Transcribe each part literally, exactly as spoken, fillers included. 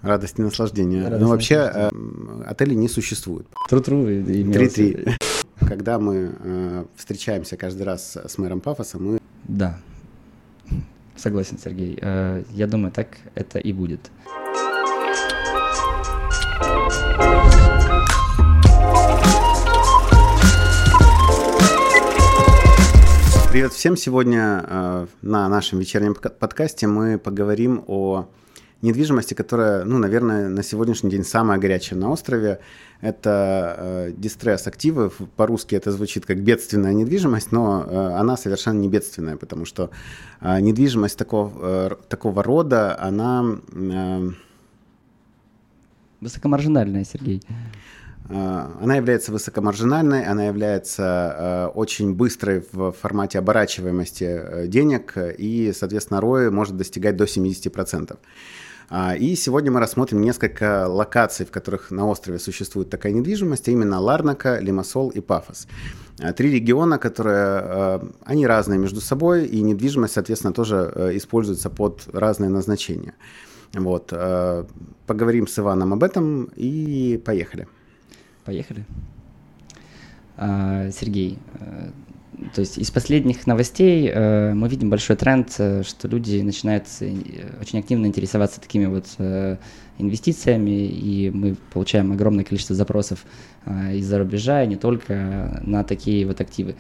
Радость и наслаждение. Радость Но и вообще наслаждение. э, отелей не существует. Тру-тру. Три-три. Когда мы э, встречаемся каждый раз с мэром Пафоса, мы... Да, согласен, Сергей. Э, я думаю, так это и будет. Привет всем! Сегодня э, на нашем вечернем подкасте мы поговорим о недвижимости, которая, ну, наверное, на сегодняшний день самая горячая на острове. Это э, дистресс-активы. По-русски это звучит как бедственная недвижимость, но э, она совершенно не бедственная, потому что э, недвижимость такого, э, такого рода, она... Э, Высокомаржинальная, Сергей. Она является высокомаржинальной, она является э, очень быстрой в формате оборачиваемости денег, и, соответственно, эр о и может достигать до семьдесят процентов. И сегодня мы рассмотрим несколько локаций, в которых на острове существует такая недвижимость, а именно Ларнака, Лимассол и Пафос. Три региона, которые, они разные между собой, и недвижимость, соответственно, тоже используется под разные назначения. Вот. Поговорим с Иваном об этом и поехали. Поехали. А, Сергей, то есть из последних новостей э, мы видим большой тренд, что люди начинают очень активно интересоваться такими вот э, инвестициями, и мы получаем огромное количество запросов э, из-за рубежа, и не только на такие вот активы.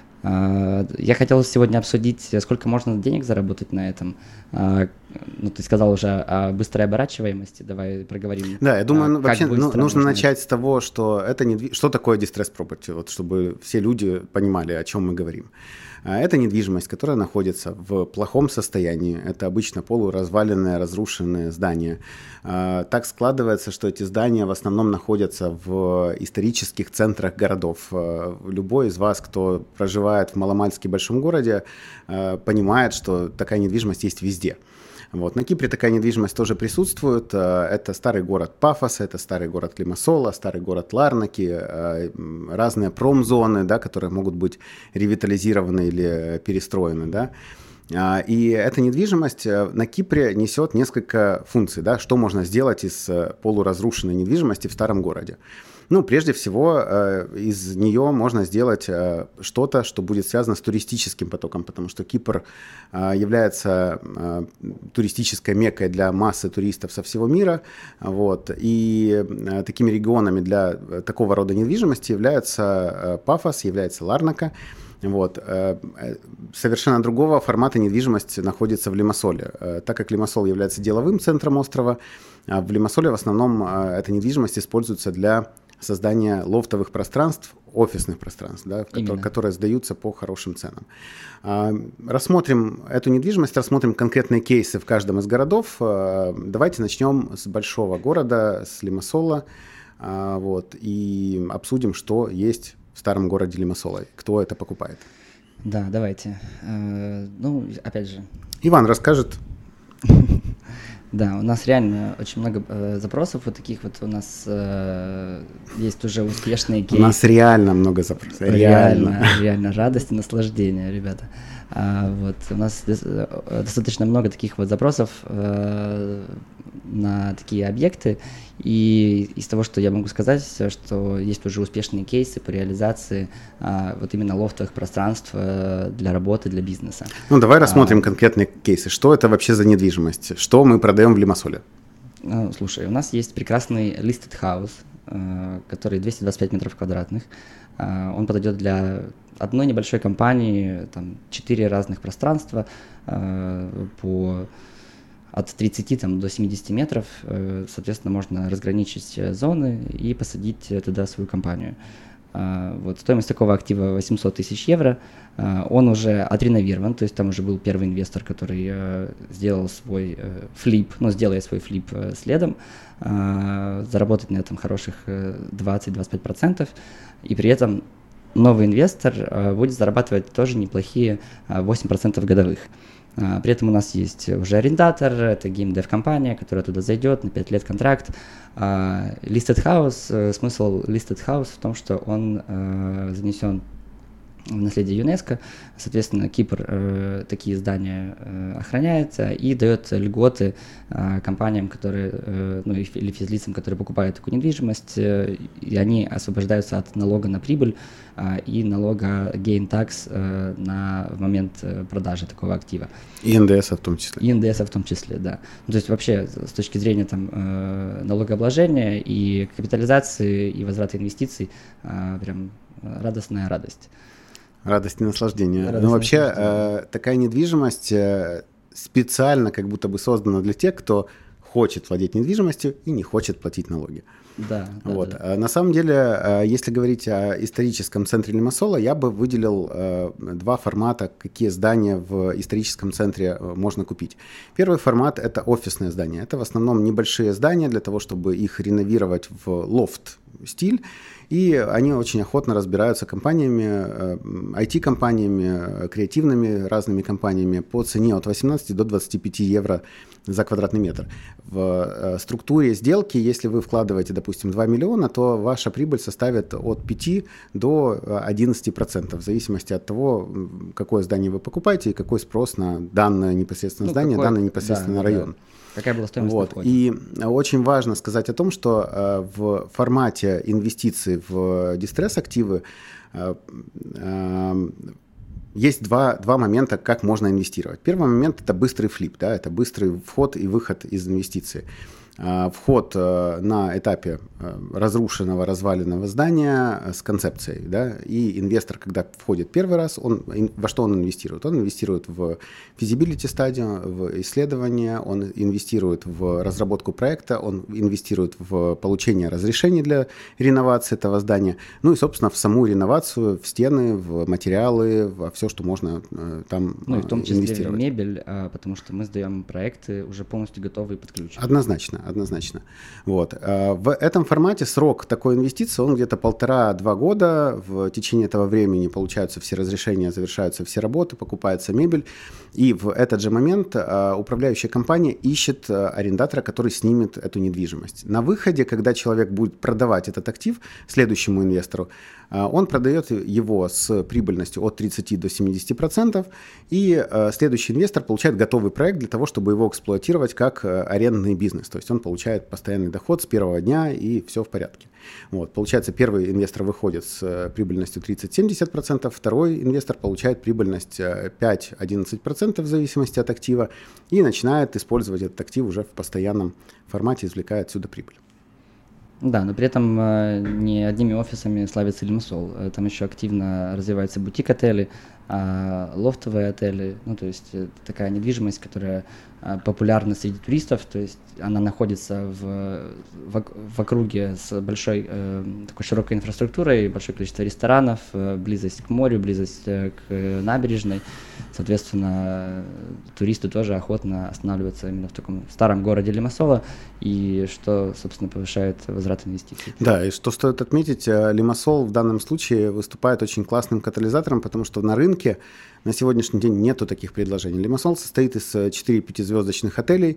Uh, я хотел сегодня обсудить, сколько можно денег заработать на этом. Uh, ну, ты сказал уже о быстрой оборачиваемости, давай проговорим. Да, я думаю, uh, вообще ну, нужно начать это... с того, что это недвиж... что такое distress property, вот, чтобы все люди понимали, о чем мы говорим. Это недвижимость, которая находится в плохом состоянии. Это обычно полуразваленные, разрушенные здания. Так складывается, что эти здания в основном находятся в исторических центрах городов. Любой из вас, кто проживает в маломальски большом городе, понимает, что такая недвижимость есть везде. Вот. На Кипре такая недвижимость тоже присутствует. Это старый город Пафоса, это старый город Лимассола, старый город Ларнаки, разные промзоны, да, которые могут быть ревитализированы или перестроены. Да. И эта недвижимость на Кипре несет несколько функций. Да, что можно сделать из полуразрушенной недвижимости в старом городе? Ну, прежде всего, из нее можно сделать что-то, что будет связано с туристическим потоком, потому что Кипр является туристической меккой для массы туристов со всего мира. Вот, и такими регионами для такого рода недвижимости являются Пафос, является Ларнака. Вот. Совершенно другого формата недвижимость находится в Лимассоле. Так как Лимассол является деловым центром острова, в Лимассоле в основном эта недвижимость используется для создания лофтовых пространств, офисных пространств, да, которые, которые сдаются по хорошим ценам. Рассмотрим эту недвижимость, рассмотрим конкретные кейсы в каждом из городов. Давайте начнем с большого города, с Лимассола, вот, и обсудим, что есть в старом городе Лимассола, кто это покупает. Да, давайте. Ну, опять же. Иван расскажет. Да, у нас реально очень много э, запросов вот таких вот. У нас э, есть уже успешные кейсы. У нас реально много запросов. Реально, реально, реально радость и наслаждение, ребята. А, вот у нас достаточно много таких вот запросов э, на такие объекты. И из того, что я могу сказать, что есть уже успешные кейсы по реализации а, вот именно лофтовых пространств а, для работы, для бизнеса. Ну, давай рассмотрим а, конкретные кейсы. Что это вообще за недвижимость? Что мы продаем в Лимассоле? Ну, слушай, у нас есть прекрасный listed house, а, который двести двадцать пять метров квадратных. А, он подойдет для одной небольшой компании, там, четыре разных пространства а, по... от тридцати там, до семидесяти метров, соответственно, можно разграничить зоны и посадить туда свою компанию. Вот. Стоимость такого актива восемьсот тысяч евро. Он уже отреновирован, то есть там уже был первый инвестор, который сделал свой флип, ну, сделая свой флип следом, заработать на этом хороших двадцать-двадцать пять процентов, и при этом новый инвестор будет зарабатывать тоже неплохие восемь процентов годовых. При этом у нас есть уже арендатор, это геймдев-компания, которая туда зайдет на пять лет контракт. Listed House, смысл Listed House в том, что он занесен в наследие ЮНЕСКО. Соответственно, Кипр э, такие здания э, охраняет и дает льготы э, компаниям, которые, э, ну, или физлицам, которые покупают такую недвижимость, э, и они освобождаются от налога на прибыль э, и налога gain tax э, на, в момент э, продажи такого актива. И эн дэ эс в том числе. И эн дэ эс в том числе, да. Ну, то есть вообще с точки зрения там, э, налогообложения и капитализации и возврата инвестиций э, прям радостная радость. Радость и наслаждение. Радость Но вообще наслаждение. э, такая недвижимость э, специально как будто бы создана для тех, кто хочет владеть недвижимостью и не хочет платить налоги. Да, да, Вот. да. А на самом деле, э, если говорить о историческом центре Лимассола, я бы выделил э, два формата, какие здания в историческом центре э, можно купить. Первый формат – это офисные здания. Это в основном небольшие здания для того, чтобы их реновировать в лофт-стиль. И они очень охотно разбираются компаниями, ай ти-компаниями, креативными разными компаниями по цене от восемнадцати до двадцати пяти евро за квадратный метр. В структуре сделки, если вы вкладываете, допустим, два миллиона, то ваша прибыль составит от пяти до одиннадцати процентов, в зависимости от того, какое здание вы покупаете и какой спрос на данное непосредственно ну, здание, какой, данный непосредственно да, район. Да. Какая была стоимость вот. на входе? И очень важно сказать о том, что э, в формате инвестиций в дистресс-активы э, э, есть два, два момента, как можно инвестировать. Первый момент – это быстрый флип, да, это быстрый вход и выход из инвестиций. Вход на этапе разрушенного, разваленного здания с концепцией. Да? И инвестор, когда входит первый раз, он, во что он инвестирует? Он инвестирует в feasibility стадию, в исследование, он инвестирует в разработку проекта, он инвестирует в получение разрешений для реновации этого здания, ну и, собственно, в саму реновацию, в стены, в материалы, во все, что можно там инвестировать. Ну и в том числе в мебель, потому что мы сдаем проекты уже полностью готовые под ключ. Однозначно. Однозначно. Вот. В этом формате срок такой инвестиции, он где-то полтора-два года. В течение этого времени получаются все разрешения, завершаются все работы, покупается мебель. И в этот же момент управляющая компания ищет арендатора, который снимет эту недвижимость. На выходе, когда человек будет продавать этот актив следующему инвестору, он продает его с прибыльностью от тридцати до семидесяти процентов, и следующий инвестор получает готовый проект для того, чтобы его эксплуатировать как арендный бизнес. То есть он получает постоянный доход с первого дня, и все в порядке. Вот. Получается, первый инвестор выходит с прибыльностью тридцать-семьдесят процентов, второй инвестор получает прибыльность пять-одиннадцать процентов в зависимости от актива и начинает использовать этот актив уже в постоянном формате, извлекая отсюда прибыль. Да, но при этом э, не одними офисами славится Лимассол. Там еще активно развиваются бутик-отели, э, лофтовые отели. Ну, то есть э, такая недвижимость, которая э, популярна среди туристов. То есть она находится в, в, в округе с большой, э, такой широкой инфраструктурой, большое количество ресторанов, э, близость к морю, близость э, к набережной. Соответственно, туристы тоже охотно останавливаются именно в таком старом городе Лимассола, и что, собственно, повышает возврат инвестиций. Да, и что стоит отметить, Лимассол в данном случае выступает очень классным катализатором, потому что на рынке на сегодняшний день нету таких предложений. Лимассол состоит из четырёх-пятизвездочных отелей.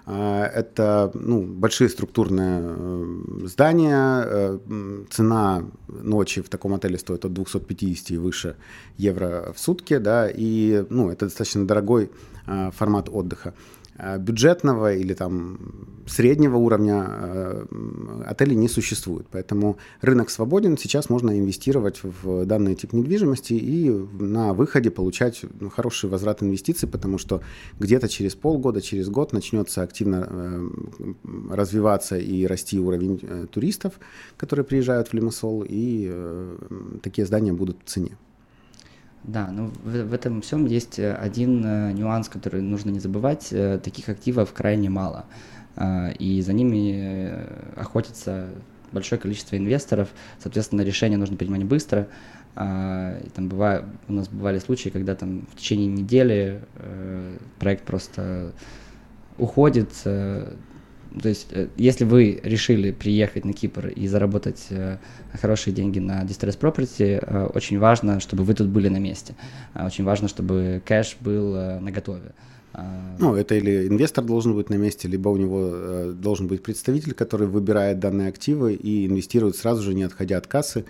Это ну, большие структурные здания. Цена ночи в таком отеле стоит от двухсот пятидесяти и выше евро в сутки. Да, и ну, это достаточно дорогой формат отдыха. Бюджетного или там среднего уровня э, отелей не существует. Поэтому рынок свободен. Сейчас можно инвестировать в данный тип недвижимости и на выходе получать ну, хороший возврат инвестиций, потому что где-то через полгода, через год начнется активно э, развиваться и расти уровень э, туристов, которые приезжают в Лимассол, и э, такие здания будут в цене. Да, но в, в этом всем есть один э, нюанс, который нужно не забывать. Э, таких активов крайне мало, э, и за ними э, охотится большое количество инвесторов. Соответственно, решение нужно принимать быстро. Э, и там бывает, у нас бывали случаи, когда там в течение недели э, проект просто уходит. Э, То есть, если вы решили приехать на Кипр и заработать хорошие деньги на distress property, очень важно, чтобы вы тут были на месте. Очень важно, чтобы кэш был наготове. Ну, это или инвестор должен быть на месте, либо у него должен быть представитель, который выбирает данные активы и инвестирует сразу же, не отходя от кассы,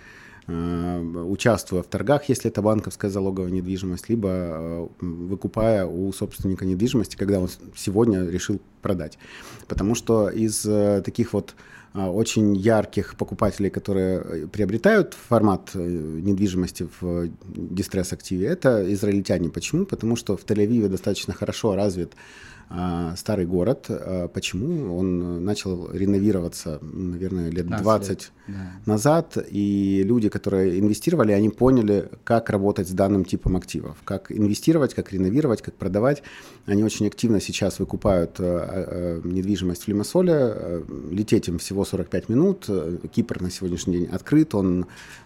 участвуя в торгах, если это банковская залоговая недвижимость, либо выкупая у собственника недвижимости, когда он сегодня решил продать. Потому что из таких вот очень ярких покупателей, которые приобретают формат недвижимости в дистресс-активе, это израильтяне. Почему? Потому что в Тель-Авиве достаточно хорошо развит старый город. Почему? Он начал реновироваться, наверное, лет двадцать лет. Да. назад, и люди, которые инвестировали, они поняли, как работать с данным типом активов, как инвестировать, как реновировать, как продавать. Они очень активно сейчас выкупают недвижимость в Лимассоле. Лететь им всего сорок пять минут. Кипр на сегодняшний день открыт, он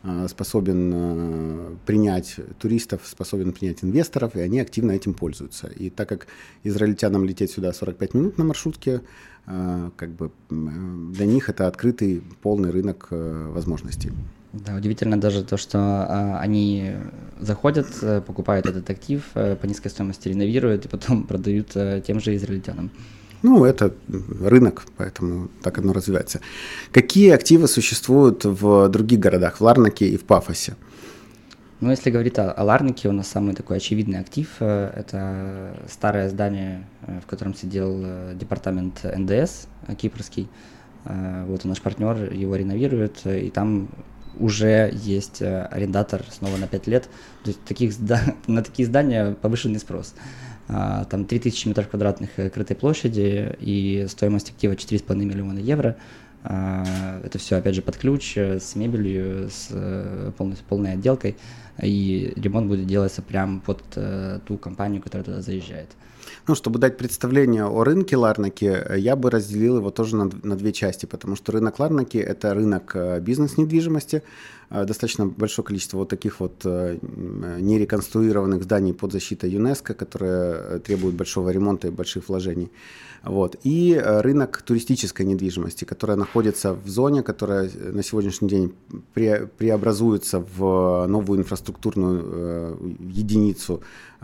способен принять туристов, способен принять инвесторов, и они активно этим пользуются. И так как израильтянам лететь сюда сорок пять минут на маршрутке, как бы для них это открытый полный рынок возможностей. Да, удивительно даже то, что а, они заходят, покупают этот актив, по низкой стоимости реновируют и потом продают а, тем же израильтянам. Ну, это рынок, поэтому так оно развивается. Какие активы существуют в других городах, в Ларнаке и в Пафосе? Ну, если говорить о, о Ларнаке, у нас самый такой очевидный актив – это старое здание, в котором сидел департамент эн дэ эс кипрский. Вот наш партнер его реновирует, и там уже есть арендатор снова на пять лет. То есть таких, на такие здания повышенный спрос. Там три тысячи метров квадратных крытой площади и стоимость актива четыре с половиной миллиона евро. Это все, опять же, под ключ, с мебелью, с полной, полной отделкой, и ремонт будет делаться прямо под ту компанию, которая туда заезжает. Ну, чтобы дать представление о рынке Ларнаки, я бы разделил его тоже на, на две части, потому что рынок Ларнаки – это рынок бизнес-недвижимости, достаточно большое количество вот таких вот нереконструированных зданий под защитой ЮНЕСКО, которые требуют большого ремонта и больших вложений. Вот. И рынок туристической недвижимости, которая находится в зоне, которая на сегодняшний день пре- преобразуется в новую инфраструктурную э, единицу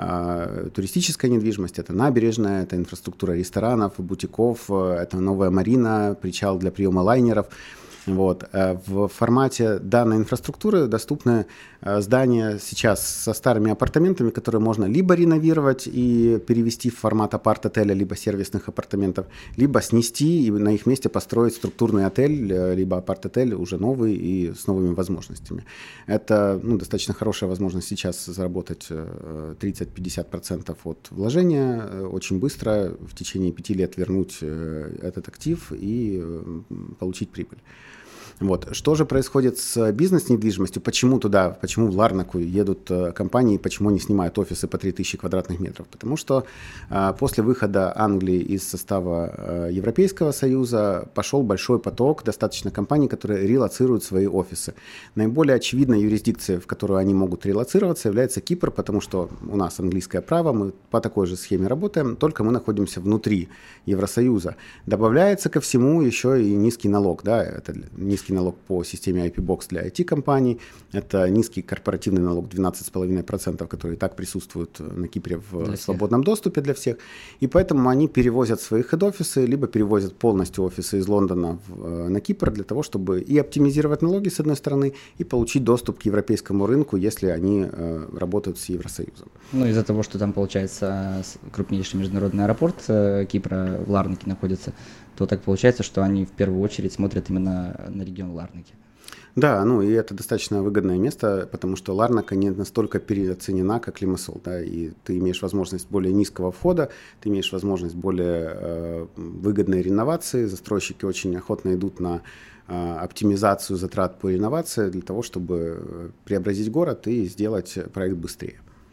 э, туристической недвижимости. Это набережная, это инфраструктура ресторанов, бутиков, это новая марина, причал для приема лайнеров. Вот. В формате данной инфраструктуры доступны здания сейчас со старыми апартаментами, которые можно либо реновировать и перевести в формат апарт-отеля, либо сервисных апартаментов, либо снести и на их месте построить структурный отель, либо апарт-отель уже новый и с новыми возможностями. Это ну, достаточно хорошая возможность сейчас заработать тридцать-пятьдесят процентов от вложения, очень быстро, в течение пяти лет вернуть этот актив и получить прибыль. Вот. Что же происходит с бизнес-недвижимостью? Почему туда, почему в Ларнаку едут компании, почему они снимают офисы по три тысячи квадратных метров? Потому что э, после выхода Англии из состава э, Европейского Союза пошел большой поток достаточно компаний, которые релоцируют свои офисы. Наиболее очевидной юрисдикцией, в которую они могут релоцироваться, является Кипр, потому что у нас английское право, мы по такой же схеме работаем, только мы находимся внутри Евросоюза. Добавляется ко всему еще и низкий налог, да, это низкий налог по системе ай пи-бокс для ай ти-компаний, это низкий корпоративный налог двенадцать целых пять десятых процента, который и так присутствует на Кипре в для свободном всех. доступе для всех, и поэтому они перевозят свои хед-офисы, либо перевозят полностью офисы из Лондона в, на Кипр для того, чтобы и оптимизировать налоги с одной стороны, и получить доступ к европейскому рынку, если они э, работают с Евросоюзом. Ну, из-за того, что там, получается, крупнейший международный аэропорт э, Кипра в Ларнаке находится, то так получается, что они в первую очередь смотрят именно на регион Ларнаки. Да, ну и это достаточно выгодное место, потому что Ларнака не настолько переоценена, как Лимассол, да, и ты имеешь возможность более низкого входа, ты имеешь возможность более э, выгодной реновации, застройщики очень охотно идут на э, оптимизацию затрат по реновации для того, чтобы преобразить город и сделать проект быстрее.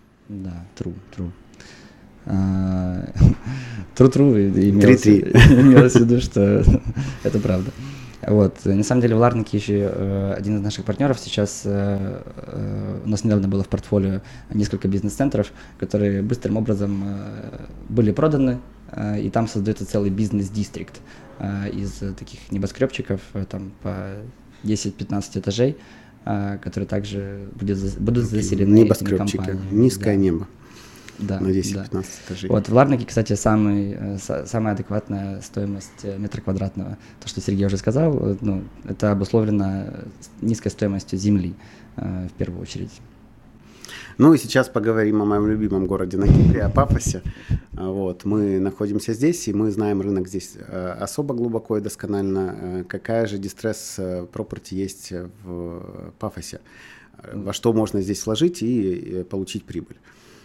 Да, true, true. Тру-тру имелось в виду, что это правда. Вот. На самом деле в Ларнаке еще один из наших партнеров сейчас, у нас недавно было в портфолио несколько бизнес-центров, которые быстрым образом были проданы, и там создается целый бизнес-дистрикт из таких небоскребчиков, там по десять-пятнадцать этажей, которые также будут заселены небоскребчики, низкое да. небо. да, на десять-пятнадцать да. этажей. Вот в Ларнаке, кстати, самый, самая адекватная стоимость метра квадратного, то, что Сергей уже сказал, ну, это обусловлено низкой стоимостью земли в первую очередь. Ну и сейчас поговорим о моем любимом городе на Кипре, о Пафосе. Вот, мы находимся здесь, и мы знаем рынок здесь особо глубоко и досконально. Какая же дистресс property есть в Пафосе? Во что можно здесь вложить и получить прибыль?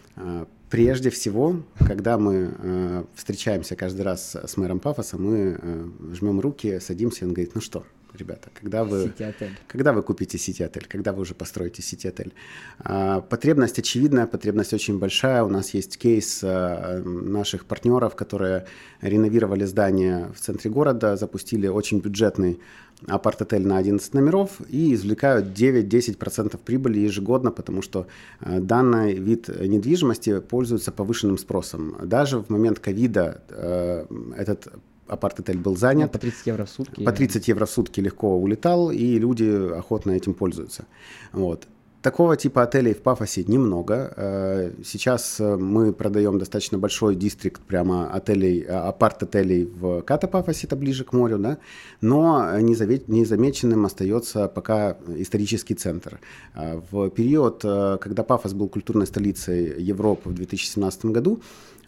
Прежде всего, когда мы встречаемся каждый раз с мэром Пафоса, мы жмем руки, садимся, и он говорит: ну что, ребята, когда вы, когда вы купите сити-отель, когда вы уже построите сити-отель? А, потребность очевидная, потребность очень большая. У нас есть кейс а, наших партнеров, которые реновировали здание в центре города, запустили очень бюджетный апарт-отель на одиннадцать номеров и извлекают девять-десять процентов прибыли ежегодно, потому что а, данный вид недвижимости пользуется повышенным спросом. Даже в момент ковида а, этот апарт-отель был занят. Ну, по тридцать евро в сутки. По тридцать евро в сутки легко улетал, и люди охотно этим пользуются. Вот. Такого типа отелей в Пафосе немного. Сейчас мы продаем достаточно большой дистрикт прямо отелей, апарт-отелей в Ката-Пафосе, это ближе к морю, да? Но незамеченным остается пока исторический центр. В период, когда Пафос был культурной столицей Европы в две тысячи семнадцатом году,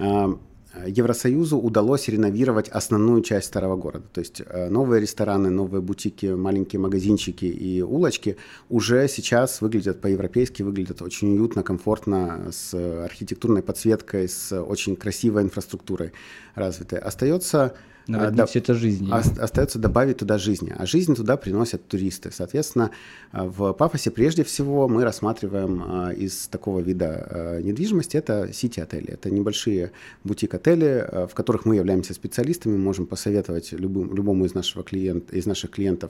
Евросоюзу удалось реновировать основную часть старого города. То есть новые рестораны, новые бутики, маленькие магазинчики и улочки уже сейчас выглядят по-европейски, выглядят очень уютно, комфортно, с архитектурной подсветкой, с очень красивой инфраструктурой развитой. Остается... Но ведь не все это жизнь. Остается добавить туда жизни, а жизнь туда приносят туристы. Соответственно, в Пафосе прежде всего мы рассматриваем из такого вида недвижимости это сити-отели. Это небольшие бутик-отели, в которых мы являемся специалистами, можем посоветовать любым, любому из, нашего клиента, из наших клиентов,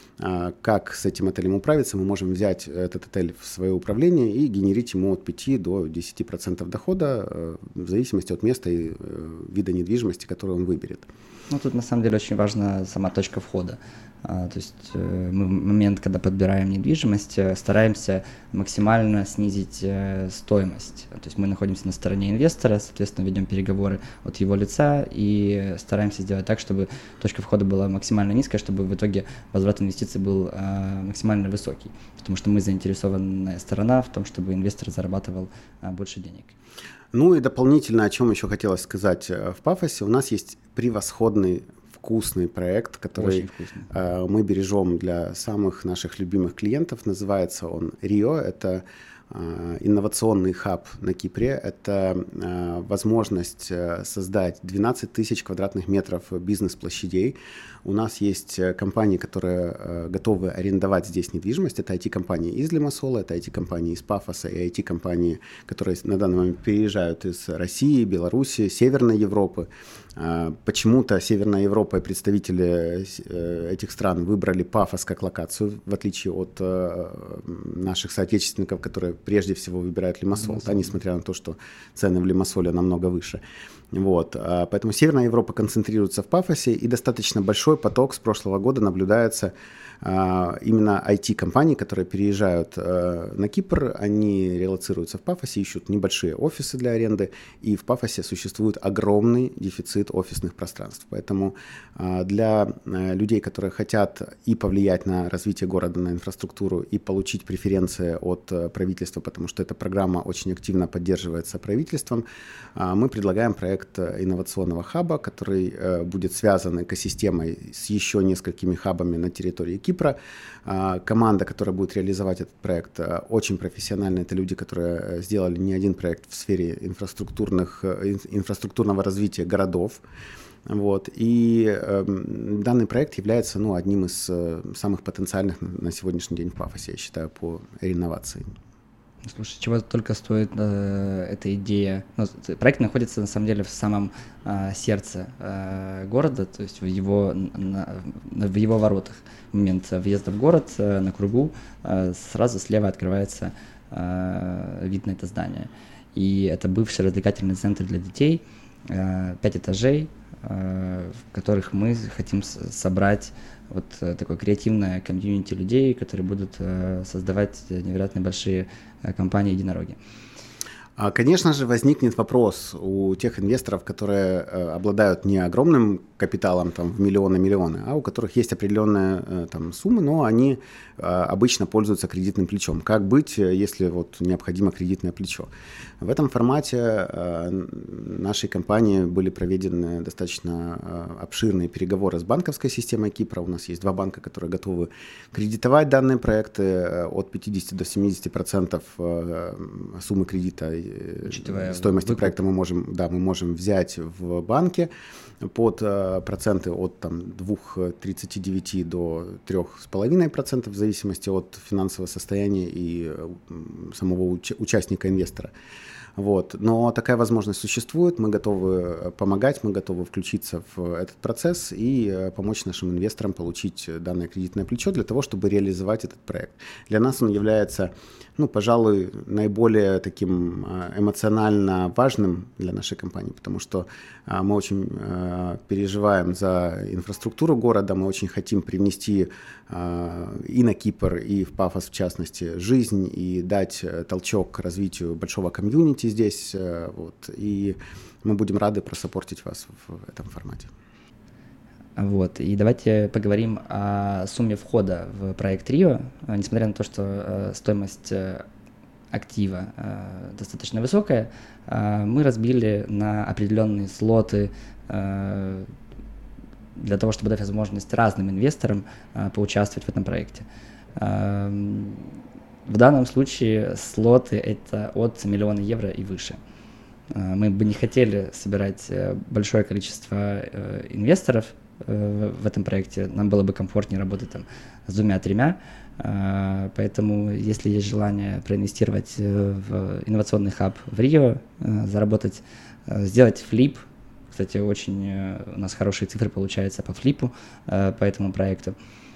как с этим отелем управиться. Мы можем взять этот отель в свое управление и генерить ему от пяти до десяти процентов дохода в зависимости от места и вида недвижимости, который он выберет. Ну, тут на самом деле очень важна сама точка входа. А, то есть э, мы в момент, когда подбираем недвижимость, э, стараемся максимально снизить э, стоимость. То есть мы находимся на стороне инвестора, соответственно, ведем переговоры от его лица и стараемся сделать так, чтобы точка входа была максимально низкая, чтобы в итоге возврат инвестиций был э, максимально высокий. Потому что мы заинтересованная сторона в том, чтобы инвестор зарабатывал э, больше денег. Ну и дополнительно, о чем еще хотелось сказать в Пафосе, у нас есть превосходный вкусный проект, который э, мы бережем для самых наших любимых клиентов. Называется он Рио. Это э, инновационный хаб на Кипре. Это э, возможность создать двенадцать тысяч квадратных метров бизнес-площадей. У нас есть компании, которые э, готовы арендовать здесь недвижимость. Это ай ти-компании из Лимассола, это ай ти-компании из Пафоса и ай ти-компании, которые на данный момент переезжают из России, Беларуси, Северной Европы. Э, почему-то Северная Европа и представители э, этих стран выбрали Пафос как локацию, в отличие от э, наших соотечественников, которые прежде всего выбирают Лимассол, да, несмотря на то, что цены в Лимассоле намного выше. Вот. Поэтому Северная Европа концентрируется в Пафосе, и достаточно большой поток с прошлого года наблюдается именно ай ти-компаний, которые переезжают на Кипр, они релоцируются в Пафосе, ищут небольшие офисы для аренды, и в Пафосе существует огромный дефицит офисных пространств. Поэтому для людей, которые хотят и повлиять на развитие города, на инфраструктуру, и получить преференции от правительства, потому что эта программа очень активно поддерживается правительством, мы предлагаем проект инновационного хаба, который будет связан экосистемой с еще несколькими хабами на территории Кипра. Кипра. Команда, которая будет реализовать этот проект, очень профессиональная. Это люди, которые сделали не один проект в сфере инфраструктурных, инфраструктурного развития городов. Вот. И э, данный проект является ну, одним из э, самых потенциальных на сегодняшний день в Пафосе, я считаю, по реновации. Слушай, чего только стоит э, эта идея. Ну, проект находится на самом деле в самом э, сердце э, города, то есть в его, на, в его воротах. В момент въезда в город э, на кругу э, сразу слева открывается э, вид на это здание. И это бывший развлекательный центр для детей, э, пять этажей, э, в которых мы хотим собрать вот такое креативное комьюнити людей, которые будут э, создавать невероятно большие э, компании единороги. Конечно же, возникнет вопрос у тех инвесторов, которые обладают не огромным капиталом там, в миллионы-миллионы, а у которых есть определенная там, сумма, но они обычно пользуются кредитным плечом. Как быть, если вот необходимо кредитное плечо? В этом формате нашей компании были проведены достаточно обширные переговоры с банковской системой Кипра. У нас есть два банка, которые готовы кредитовать данные проекты от пятидесяти до семидесяти процентов суммы кредита. Учитывая стоимости выкуп. Проекта мы можем, да, мы можем взять в банке под э, проценты от там, два целых тридцать девять до три целых пять десятых процента в зависимости от финансового состояния и э, самого уч- участника инвестора. Вот. Но такая возможность существует, мы готовы помогать, мы готовы включиться в этот процесс и помочь нашим инвесторам получить данное кредитное плечо для того, чтобы реализовать этот проект. Для нас он является, ну, пожалуй, наиболее таким эмоционально важным для нашей компании, потому что мы очень переживаем за инфраструктуру города, мы очень хотим привнести и на Кипр, и в Пафос в частности жизнь и дать толчок к развитию большого комьюнити здесь, вот, и мы будем рады просаппортить вас в этом формате. Вот, и давайте поговорим о сумме входа в проект Рио. Несмотря на то, что э, стоимость э, актива э, достаточно высокая, э, мы разбили на определенные слоты э, для того, чтобы дать возможность разным инвесторам э, поучаствовать в этом проекте. Э, В данном случае слоты – это от миллиона евро и выше. Мы бы не хотели собирать большое количество инвесторов в этом проекте. Нам было бы комфортнее работать там с двумя-тремя. Поэтому, если есть желание проинвестировать в инновационный хаб в Рио, заработать, сделать флип, кстати, очень у нас хорошие цифры получаются по флипу, по этому проекту.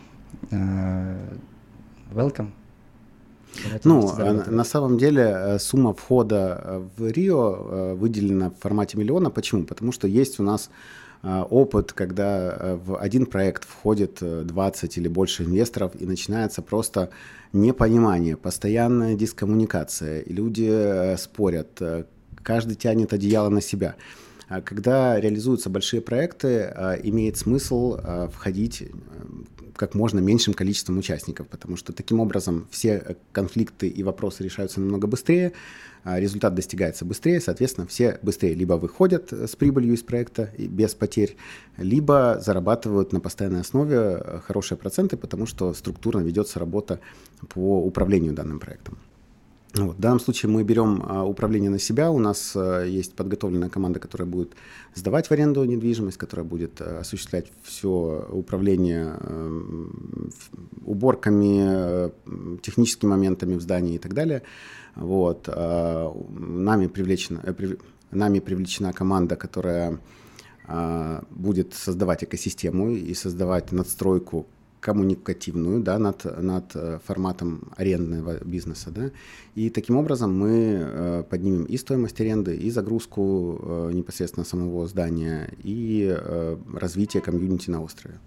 Welcome. Ну, на самом деле сумма входа в Рио выделена в формате миллиона. Почему? Потому что есть у нас опыт, когда в один проект входит двадцать или больше инвесторов, и начинается просто непонимание, постоянная дискоммуникация, и люди спорят, каждый тянет одеяло на себя. Когда реализуются большие проекты, имеет смысл входить как можно меньшим количеством участников, потому что таким образом все конфликты и вопросы решаются намного быстрее, результат достигается быстрее, соответственно, все быстрее либо выходят с прибылью из проекта и без потерь, либо зарабатывают на постоянной основе хорошие проценты, потому что структурно ведется работа по управлению данным проектом. Вот. В данном случае мы берем а, управление на себя. У нас а, есть подготовленная команда, которая будет сдавать в аренду недвижимость, которая будет а, осуществлять все управление а, уборками, а, техническими моментами в здании и так далее. Вот. А, нами, привлечена, при, нами привлечена команда, которая а, будет создавать экосистему и создавать надстройку коммуникативную, да, над, над форматом арендного бизнеса. Да, и таким образом мы э, поднимем и стоимость аренды, и загрузку э, непосредственно самого здания, и э, развитие комьюнити на острове.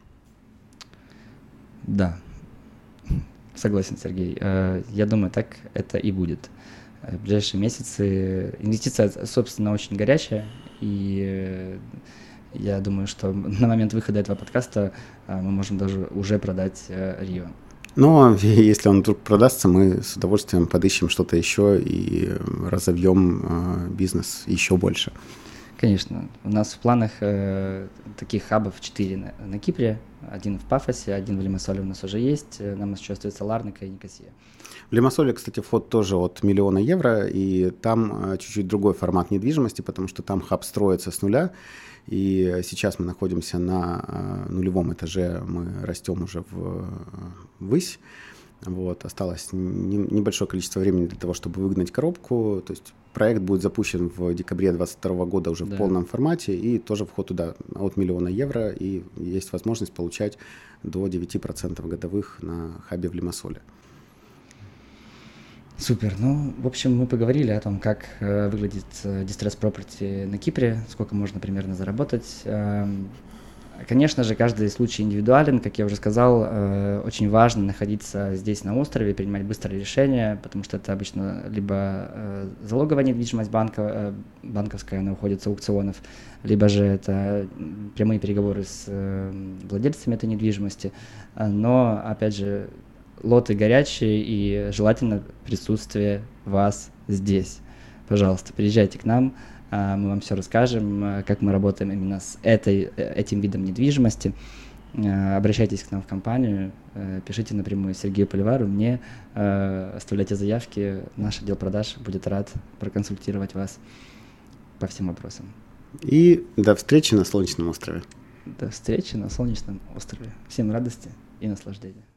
Да, согласен, Сергей. Я думаю, так это и будет. В ближайшие месяцы инвестиция, собственно, очень горячая, и я думаю, что на момент выхода этого подкаста мы можем даже уже продать Рио. Но если он вдруг продастся, мы с удовольствием подыщем что-то еще и разовьем бизнес еще больше. Конечно. У нас в планах э, таких хабов четыре на, на Кипре. Один в Пафосе, один в Лимассоле у нас уже есть. Нам еще остается Ларнака и Никосия. В Лимассоле, кстати, вход тоже от миллиона евро, и там чуть-чуть другой формат недвижимости, потому что там хаб строится с нуля. И сейчас мы находимся на нулевом этаже, мы растем уже в, ввысь. Вот, осталось не, небольшое количество времени для того, чтобы выгнать коробку. То есть проект будет запущен в декабре две тысячи двадцать второго года уже да. в полном формате, и тоже вход туда от миллиона евро, и есть возможность получать до девяти процентов годовых на хабе в Лимассоле. Супер. Ну, в общем, мы поговорили о том, как э, выглядит э, Distress Property на Кипре, сколько можно примерно заработать. Э, Конечно же, каждый случай индивидуален, как я уже сказал, очень важно находиться здесь на острове, принимать быстрые решения, потому что это обычно либо залоговая недвижимость банка, банковская, она уходит с аукционов, либо же это прямые переговоры с владельцами этой недвижимости, но, опять же, лоты горячие и желательно присутствие вас здесь. Пожалуйста, приезжайте к нам, мы вам все расскажем, как мы работаем именно с этой, этим видом недвижимости. Обращайтесь к нам в компанию, пишите напрямую Сергею Поливару, мне, оставляйте заявки, наш отдел продаж будет рад проконсультировать вас по всем вопросам. И до встречи на Солнечном острове. До встречи на Солнечном острове. Всем радости и наслаждения.